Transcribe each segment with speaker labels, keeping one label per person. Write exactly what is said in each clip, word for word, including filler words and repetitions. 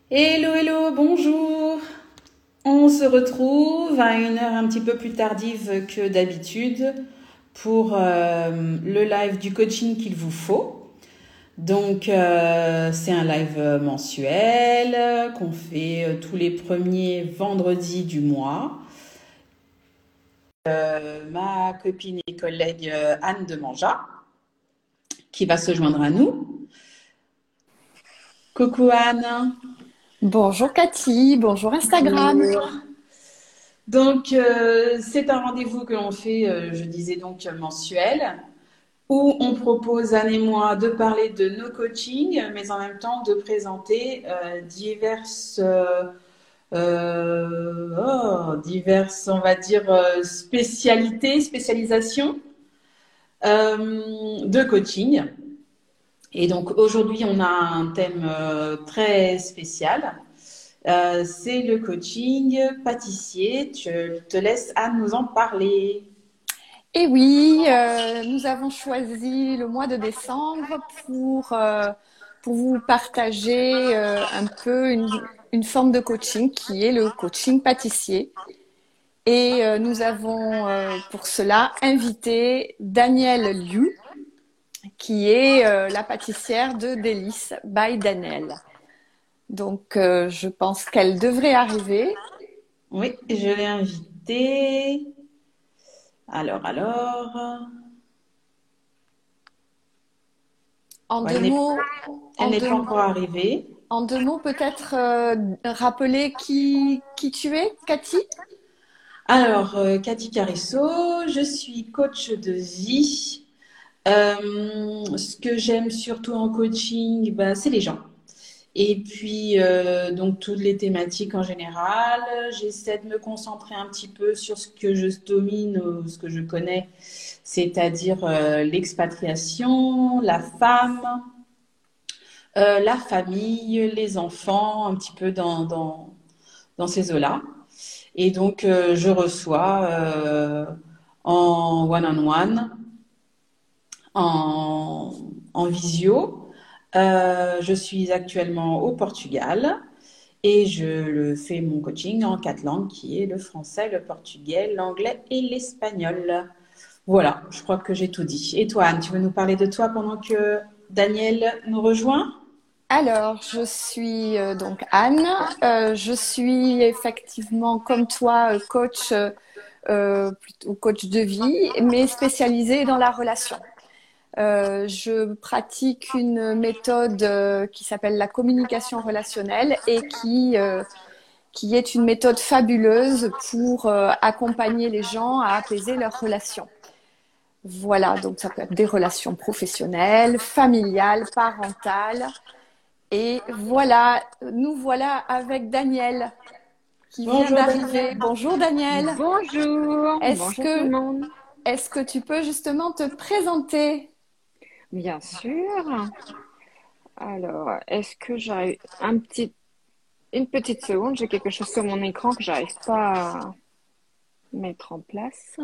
Speaker 1: Hello, hello, bonjour. On se retrouve à une heure un petit peu plus tardive que d'habitude pour euh, le live du coaching qu'il vous faut. Donc, euh, c'est un live mensuel qu'on fait euh, tous les premiers vendredis du mois. Euh, ma copine et collègue euh, Anne de Manja qui va se joindre à nous. Coucou Anne.
Speaker 2: Bonjour Cathy, bonjour Instagram.
Speaker 1: Bonjour. Donc, euh, c'est un rendez-vous que l'on fait, euh, je disais donc mensuel, où on propose, Anne et moi, de parler de nos coachings, mais en même temps de présenter euh, diverses, euh, euh, oh, diverses, on va dire, euh, spécialités, spécialisations euh, de coaching. Et donc, aujourd'hui, on a un thème euh, très spécial. Euh, c'est le coaching pâtissier. Je te laisse Anne nous en parler.
Speaker 2: Et oui, euh, nous avons choisi le mois de décembre pour, euh, pour vous partager euh, un peu une, une forme de coaching qui est le coaching pâtissier. Et euh, nous avons euh, pour cela invité Danielle Liu, qui est euh, la pâtissière de Délices by Danielle. Donc, euh, je pense qu'elle devrait arriver.
Speaker 1: Oui, je l'ai invitée. Alors, alors.
Speaker 2: En
Speaker 1: Ouais,
Speaker 2: deux
Speaker 1: elle n'est
Speaker 2: mots,
Speaker 1: elle
Speaker 2: en
Speaker 1: n'est pas
Speaker 2: deux,
Speaker 1: encore arrivée.
Speaker 2: En deux mots, peut-être euh, rappeler qui, qui tu es, Cathy?
Speaker 1: Alors, euh, Cathy Carisso, je suis coach de vie. Euh, ce que j'aime surtout en coaching, bah, c'est les gens. Et puis, euh, donc, toutes les thématiques en général. J'essaie de me concentrer un petit peu sur ce que je domine, ou ce que je connais, c'est-à-dire euh, l'expatriation, la femme, euh, la famille, les enfants, un petit peu dans, dans, dans ces eaux-là. Et donc, euh, je reçois euh, en one-on-one, en, en visio. Euh, je suis actuellement au Portugal. Et je le fais mon coaching en quatre langues, qui est le français, le portugais, l'anglais et l'espagnol. Voilà, je crois que j'ai tout dit. Et toi, Anne, tu veux nous parler de toi pendant que Daniel nous rejoint?
Speaker 2: Alors, je suis euh, donc Anne. Euh, je suis effectivement, comme toi, euh, coach, euh, euh, plutôt coach de vie, mais spécialisée dans la relation. Euh, je pratique une méthode euh, qui s'appelle la communication relationnelle et qui euh, qui est une méthode fabuleuse pour euh, accompagner les gens à apaiser leurs relations. Voilà, donc ça peut être des relations professionnelles, familiales, parentales. Et voilà, nous voilà avec Daniel qui vient
Speaker 1: Bonjour Daniel.
Speaker 2: d'arriver. Bonjour Daniel.
Speaker 3: Bonjour,
Speaker 2: Est-ce
Speaker 3: bonjour tout le
Speaker 2: que,
Speaker 3: monde.
Speaker 2: est-ce que tu peux justement te présenter?
Speaker 3: Bien sûr. Alors, est-ce que j'arrive un petit, une petite seconde, j'ai quelque chose sur mon écran que j'arrive pas à mettre en place.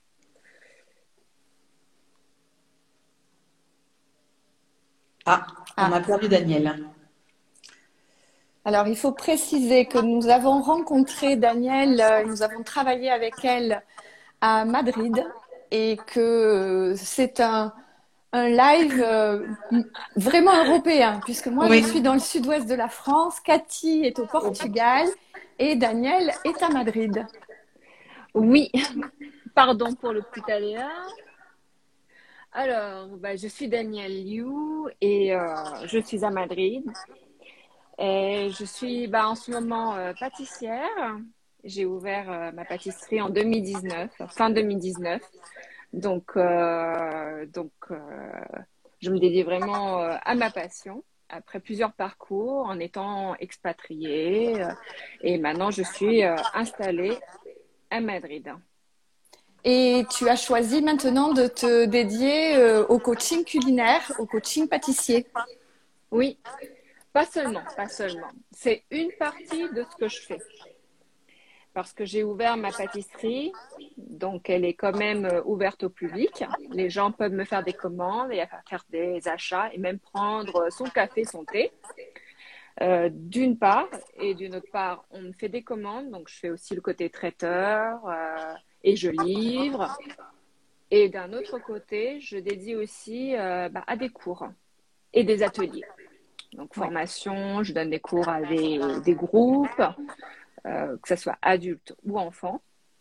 Speaker 1: Ah, on a
Speaker 2: Ah,
Speaker 1: perdu Daniel.
Speaker 2: alors il faut préciser que nous avons rencontré Daniel, euh, nous avons travaillé avec elle à Madrid et que euh, c'est un, un live euh, vraiment européen, puisque moi je
Speaker 1: Oui.
Speaker 2: suis dans le sud-ouest de la France, Cathy est au Portugal et Daniel est à Madrid.
Speaker 3: Oui, pardon pour le petit aléa. Alors, bah, je suis Danielle Liu et euh, je suis à Madrid. Et je suis bah, en ce moment euh, pâtissière. J'ai ouvert euh, ma pâtisserie en deux mille dix-neuf, fin deux mille dix-neuf. Donc, euh, donc euh, je me dédie vraiment euh, à ma passion après plusieurs parcours en étant expatriée. euh, et maintenant, je suis euh, installée à Madrid.
Speaker 2: Et tu as choisi maintenant de te dédier euh, au coaching culinaire, au coaching pâtissier.
Speaker 3: Oui, pas seulement, pas seulement. C'est une partie de ce que je fais. Parce que j'ai ouvert ma pâtisserie, donc elle est quand même euh, ouverte au public. Les gens peuvent me faire des commandes et faire des achats et même prendre son café, son thé. Euh, d'une part, et d'une autre part, on me fait des commandes, donc je fais aussi le côté traiteur euh, et je livre. Et d'un autre côté, je dédie aussi euh, bah, à des cours et des ateliers. Donc
Speaker 2: Ouais.
Speaker 3: formation, je donne des cours à des, des groupes, euh, que ce soit adultes ou enfants.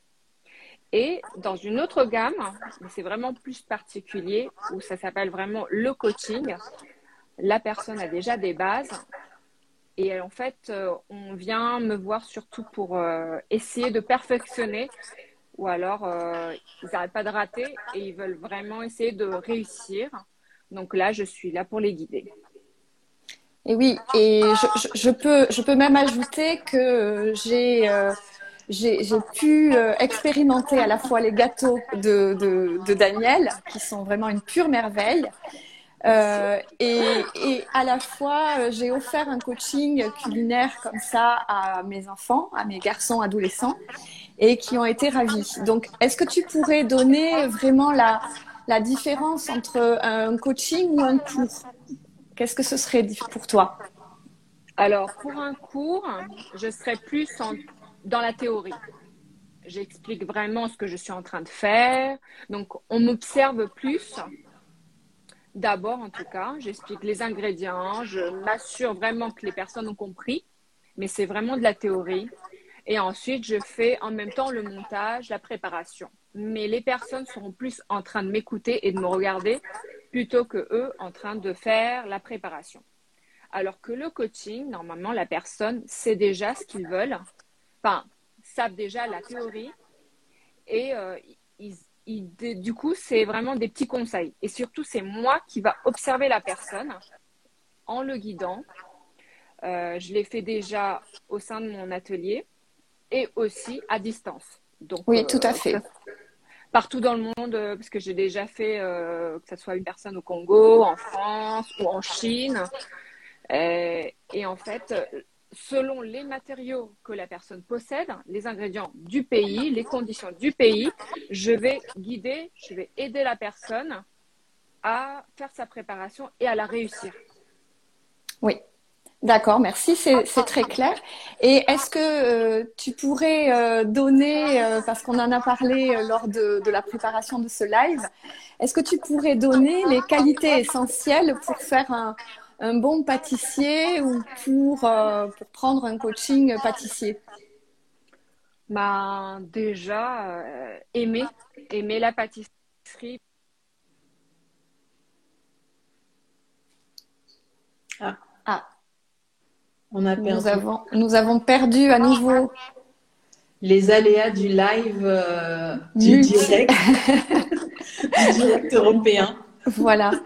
Speaker 3: Et dans une autre gamme, mais c'est vraiment plus particulier, où ça s'appelle vraiment le coaching, la personne a déjà des bases. Et en fait, euh, on vient me voir surtout pour euh, essayer de perfectionner ou alors euh, ils n'arrêtent pas de rater et ils veulent vraiment essayer de réussir. Donc là, je suis là pour les guider.
Speaker 2: Et oui, et je, je, je peux, je peux même ajouter que j'ai euh, j'ai j'ai pu euh, expérimenter à la fois les gâteaux de, de, de Daniel, qui sont vraiment une pure merveille, euh, et, et à la fois euh, j'ai offert un coaching culinaire comme ça à mes enfants, à mes garçons adolescents, et qui ont été ravis. Donc, est-ce que tu pourrais donner vraiment la, la différence entre un coaching ou un cours? Qu'est-ce que ce serait pour toi?
Speaker 3: Alors, pour un cours, je serai plus en, dans la théorie. J'explique vraiment ce que je suis en train de faire. Donc, on m'observe plus. D'abord, en tout cas, j'explique les ingrédients. Je m'assure vraiment que les personnes ont compris. Mais c'est vraiment de la théorie. Et ensuite, je fais en même temps le montage, la préparation. Mais les personnes seront plus en train de m'écouter et de me regarder plutôt que eux en train de faire la préparation. Alors que le coaching, normalement, la personne sait déjà ce qu'ils veulent, enfin, savent déjà la théorie et euh, ils, ils, du coup, c'est vraiment des petits conseils. Et surtout, c'est moi qui va observer la personne en le guidant. Euh, je l'ai fait déjà au sein de mon atelier et aussi à distance. Donc,
Speaker 2: Oui, tout à
Speaker 3: euh,
Speaker 2: fait.
Speaker 3: partout dans le monde, euh, parce que j'ai déjà fait, euh, que ce soit une personne au Congo, en France ou en Chine. Euh, et en fait, selon les matériaux que la personne possède, les ingrédients du pays, les conditions du pays, je vais guider, je vais aider la personne à faire sa préparation et à la réussir.
Speaker 2: Oui. D'accord, merci, c'est c'est très clair. Et est-ce que euh, tu pourrais euh, donner, euh, parce qu'on en a parlé euh, lors de, de la préparation de ce live, est-ce que tu pourrais donner les qualités essentielles pour faire un, un bon pâtissier ou pour, euh, pour prendre un coaching pâtissier?
Speaker 3: Ben, déjà, euh, aimer, aimer la pâtisserie.
Speaker 1: Ah,
Speaker 2: Ah,
Speaker 1: on a
Speaker 2: nous
Speaker 1: perdu
Speaker 2: avons, nous avons perdu à nouveau
Speaker 1: les aléas du live, euh, du
Speaker 2: multi.
Speaker 1: direct, du direct européen.
Speaker 2: Voilà.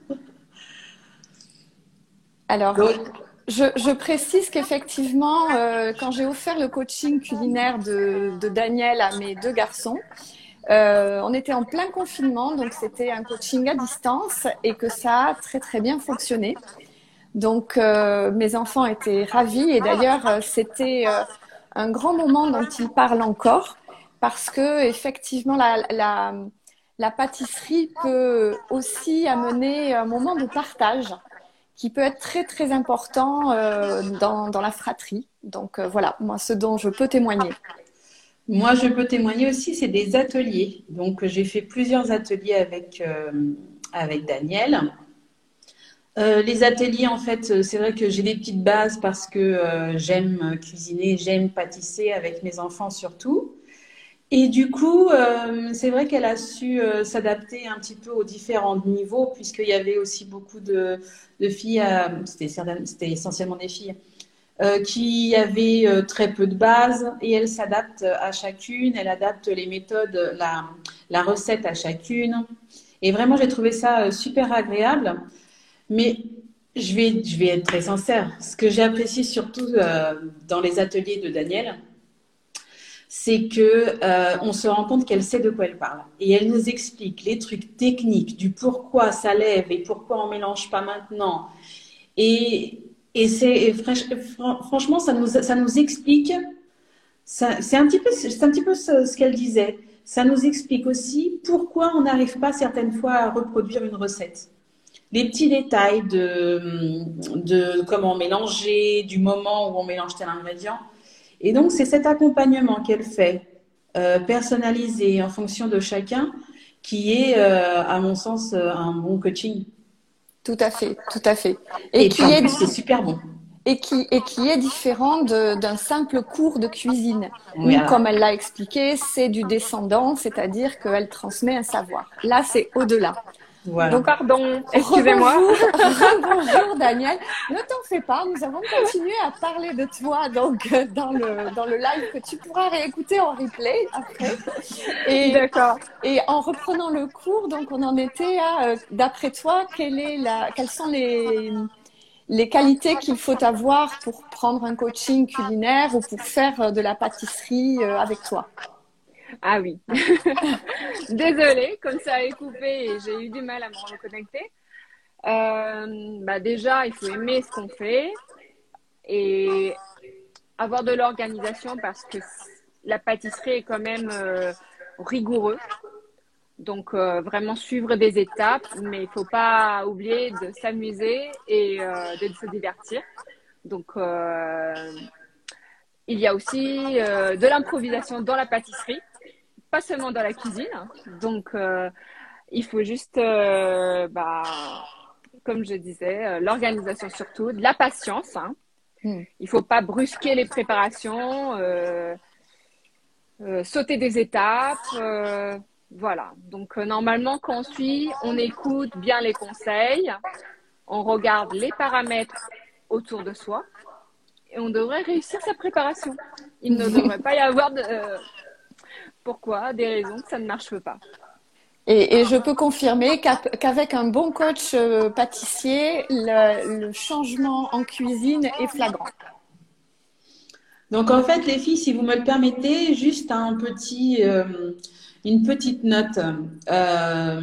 Speaker 2: Alors,
Speaker 1: Donc,
Speaker 2: Je, je précise qu'effectivement, euh, quand j'ai offert le coaching culinaire de, de Daniel à mes deux garçons, euh, on était en plein confinement, donc c'était un coaching à distance et que ça a très très bien fonctionné. Donc euh, mes enfants étaient ravis et d'ailleurs euh, c'était euh, un grand moment dont ils parlent encore parce que effectivement la, la, la pâtisserie peut aussi amener un moment de partage qui peut être très très important euh, dans, dans la fratrie. Donc euh, voilà, moi ce dont je peux témoigner.
Speaker 1: moi, je peux témoigner aussi, c'est des ateliers. Donc, j'ai fait plusieurs ateliers avec, euh, avec Daniel. Euh, les ateliers, en fait, c'est vrai que j'ai des petites bases parce que euh, j'aime cuisiner, j'aime pâtisser avec mes enfants surtout. Et du coup, euh, c'est vrai qu'elle a su euh, s'adapter un petit peu aux différents niveaux, puisqu'il y avait aussi beaucoup de, de filles, à- c'était certain- c'était essentiellement des filles, euh, qui avaient euh, très peu de bases, et elle s'adapte à chacune, elle adapte les méthodes, la, la recette à chacune. Et vraiment, j'ai trouvé ça euh, super agréable. Mais je vais, je vais être très sincère. Ce que j'ai apprécié surtout euh, dans les ateliers de Daniel, c'est que euh, on se rend compte qu'elle sait de quoi elle parle et elle nous explique les trucs techniques du pourquoi ça lève et pourquoi on mélange pas maintenant et, et c'est et fran- franchement ça nous ça nous explique ça, c'est un petit peu c'est un petit peu ce, ce qu'elle disait, ça nous explique aussi pourquoi on n'arrive pas certaines fois à reproduire une recette. les petits détails de, de comment mélanger, du moment où on mélange tel ingrédient. Et donc, c'est cet accompagnement qu'elle fait, euh, personnalisé en fonction de chacun, qui est, euh, à mon sens, euh, un bon coaching.
Speaker 2: Tout à fait, tout à fait. Et
Speaker 1: Et puis
Speaker 2: qui
Speaker 1: en
Speaker 2: est,
Speaker 1: plus, c'est super bon.
Speaker 2: et qui, et qui est différent de- d'un simple cours de cuisine, où,
Speaker 1: Voilà.
Speaker 2: comme elle l'a expliqué, c'est du descendant, c'est-à-dire qu'elle transmet un savoir. Là, c'est au-delà.
Speaker 1: Voilà.
Speaker 2: Donc,
Speaker 3: Pardon, excusez-moi.
Speaker 2: rebonjour, bonjour Daniel. Ne t'en fais pas, nous avons continué à parler de toi donc euh, dans le dans le live que tu pourras réécouter en replay après. Et,
Speaker 3: D'accord.
Speaker 2: et en reprenant le cours, donc on en était à, euh, d'après toi, quelle est la, quelles sont les les qualités qu'il faut avoir pour prendre un coaching culinaire ou pour faire euh, de la pâtisserie euh, avec toi?
Speaker 3: Ah oui. Désolée, comme ça a coupé et j'ai eu du mal à me reconnecter. Euh, bah déjà, il faut aimer ce qu'on fait et avoir de l'organisation parce que la pâtisserie est quand même euh, rigoureux. Donc, euh, vraiment suivre des étapes, mais il faut pas oublier de s'amuser et euh, de se divertir. Donc, euh, il y a aussi euh, de l'improvisation dans la pâtisserie, pas seulement dans la cuisine. Donc, euh, il faut juste, euh, bah, comme je disais, euh, l'organisation surtout, de la patience. Hein.
Speaker 2: Hmm.
Speaker 3: Il faut pas brusquer les préparations, euh, euh, sauter des étapes. Euh, voilà. Donc, euh, normalement, quand on suit, on écoute bien les conseils, on regarde les paramètres autour de soi et on devrait réussir sa préparation. Il ne devrait pas y avoir de... Euh, pourquoi? Des raisons que ça ne marche pas.
Speaker 2: Et, et je peux confirmer qu'ap- qu'avec un bon coach euh, pâtissier, le, le changement en cuisine est flagrant.
Speaker 1: Donc en fait, les filles, si vous me le permettez, juste un petit, euh, une petite note. Euh,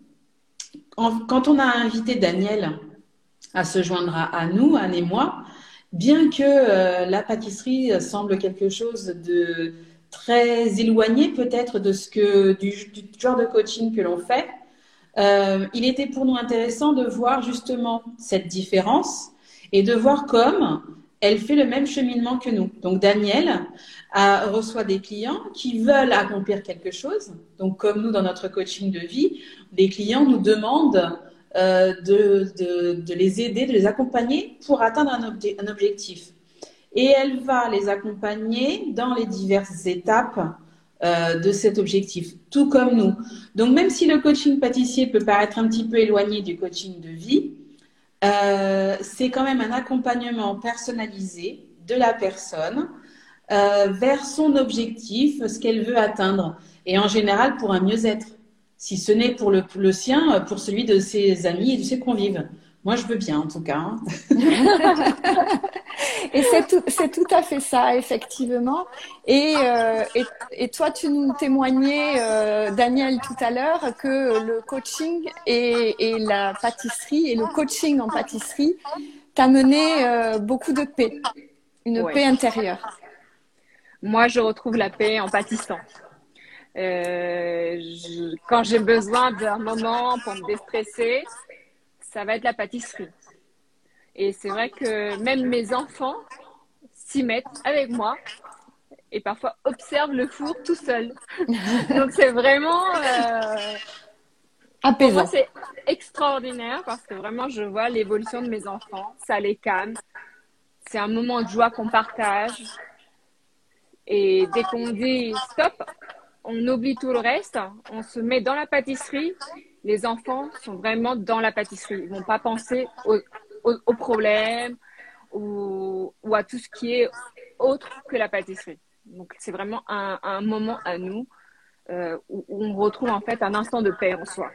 Speaker 1: en- quand on a invité Daniel à se joindre à, à nous, Anne et moi, bien que euh, la pâtisserie semble quelque chose de très éloigné peut-être de ce que du, du genre de coaching que l'on fait, euh, il était pour nous intéressant de voir justement cette différence et de voir comme elle fait le même cheminement que nous. Donc Daniel a, reçoit des clients qui veulent accomplir quelque chose. Donc comme nous dans notre coaching de vie, les clients nous demandent euh, de, de, de les aider, de les accompagner pour atteindre un, obje- un objectif. Et elle va les accompagner dans les diverses étapes euh, de cet objectif, tout comme nous. Donc, même si le coaching pâtissier peut paraître un petit peu éloigné du coaching de vie, euh, c'est quand même un accompagnement personnalisé de la personne euh, vers son objectif, ce qu'elle veut atteindre, et en général pour un mieux-être, si ce n'est pour le, le sien, pour celui de ses amis et de ses convives. Moi, je veux bien, en tout cas. Hein.
Speaker 2: Et c'est tout, c'est tout à fait ça, effectivement. Et, euh, et, et toi, tu nous témoignais, euh, Daniel, tout à l'heure, que le coaching et, et la pâtisserie et le coaching en pâtisserie t'a mené euh, beaucoup de paix, une
Speaker 3: Ouais.
Speaker 2: paix intérieure.
Speaker 3: Moi, je retrouve la paix en pâtissant. Euh, je- quand j'ai besoin d'un moment pour me déstresser, ça va être la pâtisserie. Et c'est vrai que même mes enfants s'y mettent avec moi et parfois observent le four tout seul. Donc c'est vraiment, euh, pour moi,
Speaker 2: Apaisant.
Speaker 3: c'est extraordinaire parce que vraiment, je vois l'évolution de mes enfants. Ça les calme. C'est un moment de joie qu'on partage. Et dès qu'on dit stop, on oublie tout le reste. On se met dans la pâtisserie. Les enfants sont vraiment dans la pâtisserie. Ils vont pas penser aux, aux, aux problèmes ou, ou à tout ce qui est autre que la pâtisserie. Donc, c'est vraiment un, un moment à nous euh, où, où on retrouve en fait un instant de paix en soi.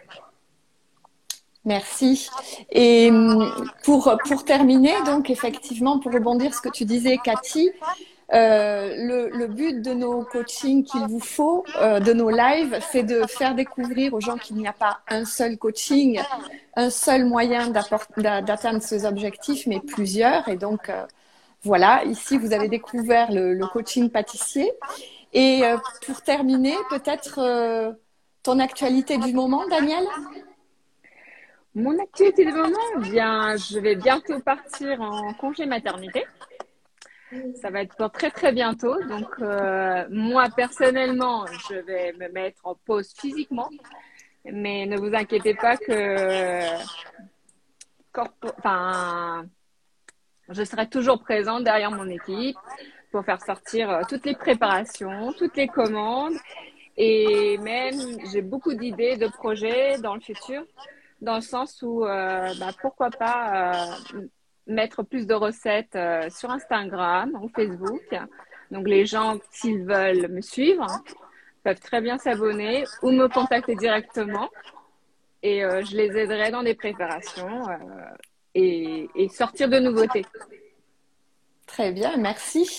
Speaker 2: Merci. Et hum, pour, pour terminer, donc effectivement, pour rebondir ce que tu disais, Cathy, euh, le, le but de nos coachings qu'il vous faut, euh, de nos lives, c'est de faire découvrir aux gens qu'il n'y a pas un seul coaching, un seul moyen d'apport- d'a- d'atteindre ces objectifs, mais plusieurs. Et donc, euh, voilà, ici, vous avez découvert le, le coaching pâtissier. Et euh, pour terminer, peut-être euh, ton actualité du moment, Daniel?
Speaker 3: Mon activité de moment, bien, je vais bientôt partir en congé maternité. Ça va être pour très très bientôt. Donc euh, moi personnellement, je vais me mettre en pause physiquement, mais ne vous inquiétez pas que corpo- enfin, je serai toujours présente derrière mon équipe pour faire sortir euh, toutes les préparations, toutes les commandes et même j'ai beaucoup d'idées, de projets dans le futur, dans le sens où euh, bah, pourquoi pas euh, mettre plus de recettes euh, sur Instagram ou Facebook. Donc les gens, s'ils veulent me suivre, peuvent très bien s'abonner ou me contacter directement et euh, je les aiderai dans des préparations euh, et, et sortir de nouveautés.
Speaker 2: Très bien, merci.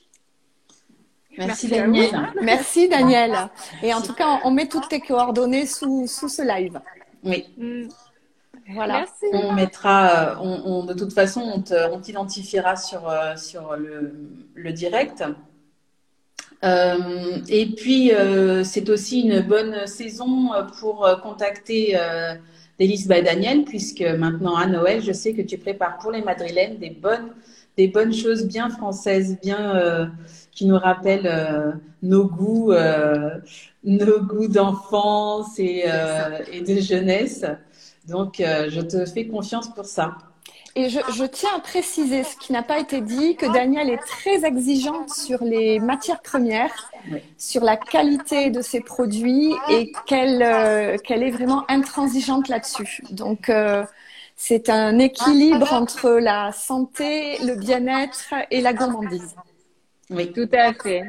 Speaker 1: Merci
Speaker 3: Merci à vous.
Speaker 1: Daniel.
Speaker 2: Merci Daniel. Et en tout cas, on met toutes tes coordonnées sous, sous ce live.
Speaker 1: Oui.
Speaker 3: Mm.
Speaker 2: Voilà.
Speaker 3: Merci.
Speaker 1: On mettra, euh, on, on- de toute façon, on te- on t'identifiera sur, euh, sur le, le direct. Euh, et puis, euh, c'est aussi une bonne saison euh, pour euh, contacter euh, Délices by Daniel, puisque maintenant à Noël, je sais que tu prépares pour les Madrilènes des bonnes, des bonnes choses bien françaises, bien euh, qui nous rappellent euh, nos goûts, euh, nos goûts d'enfance et, euh, et de jeunesse. Donc, euh, je te fais confiance pour ça.
Speaker 2: Et je, je tiens à préciser ce qui n'a pas été dit, que Daniel est très exigeante sur les matières premières,
Speaker 1: Oui.
Speaker 2: sur la qualité de ses produits et qu'elle euh, qu'elle est vraiment intransigeante là-dessus. Donc, euh, c'est un équilibre entre la santé, le bien-être et la gourmandise.
Speaker 1: Oui.
Speaker 3: Tout à fait.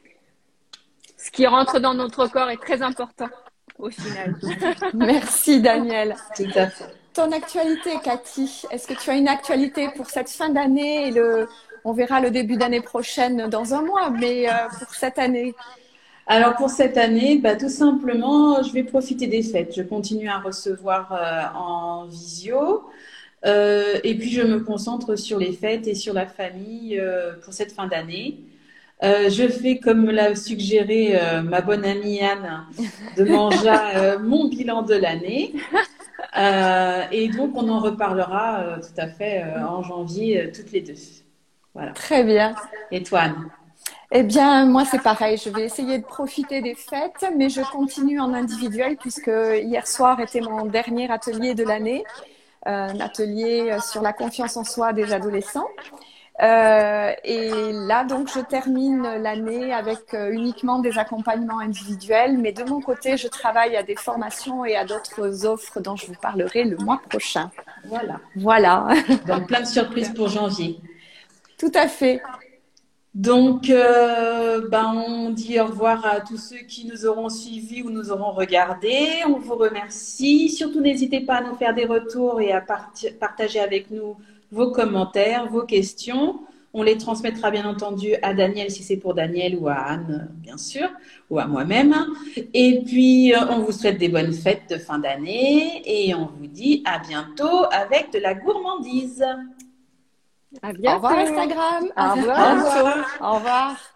Speaker 3: Ce qui rentre dans notre corps est très important au final.
Speaker 2: Merci Daniel.
Speaker 1: Tout à fait.
Speaker 2: Ton actualité, Cathy, est-ce que tu as une actualité pour cette fin d'année et le, on verra le début d'année prochaine dans un mois, mais euh, pour cette année?
Speaker 1: Alors pour cette année, bah, tout simplement, je vais profiter des fêtes. Je continue à recevoir euh, en visio euh, et puis je me concentre sur les fêtes et sur la famille euh, pour cette fin d'année. Euh, je fais comme me l'a suggéré euh, ma bonne amie Anne de manger euh, mon bilan de l'année. Euh, et donc on en reparlera euh, tout à fait euh, en janvier euh, toutes les deux. Voilà.
Speaker 2: Très bien.
Speaker 1: Et toi, Anne?
Speaker 2: Eh bien, moi, c'est pareil. Je vais essayer de profiter des fêtes, mais je continue en individuel puisque hier soir était mon dernier atelier de l'année, euh, un atelier sur la confiance en soi des adolescents. Euh, et là, donc, je termine l'année avec euh, uniquement des accompagnements individuels, mais de mon côté, je travaille à des formations et à d'autres offres dont je vous parlerai le mois prochain.
Speaker 1: Voilà.
Speaker 2: Voilà.
Speaker 1: Donc plein de surprises pour janvier.
Speaker 2: Tout à fait.
Speaker 1: Donc, euh, ben, on dit au revoir à tous ceux qui nous auront suivis ou nous auront regardés. On vous remercie. Surtout, n'hésitez pas à nous faire des retours et à parti- partager avec nous vos commentaires, vos questions. On les transmettra bien entendu à Daniel si c'est pour Daniel ou à Anne, bien sûr, ou à moi-même. Et puis, euh, on vous souhaite des bonnes fêtes de fin d'année et on vous dit à bientôt avec de la gourmandise.
Speaker 3: À
Speaker 2: Au
Speaker 3: bientôt.
Speaker 2: revoir Instagram.
Speaker 3: Au
Speaker 2: À
Speaker 3: revoir.
Speaker 2: bientôt. Au revoir.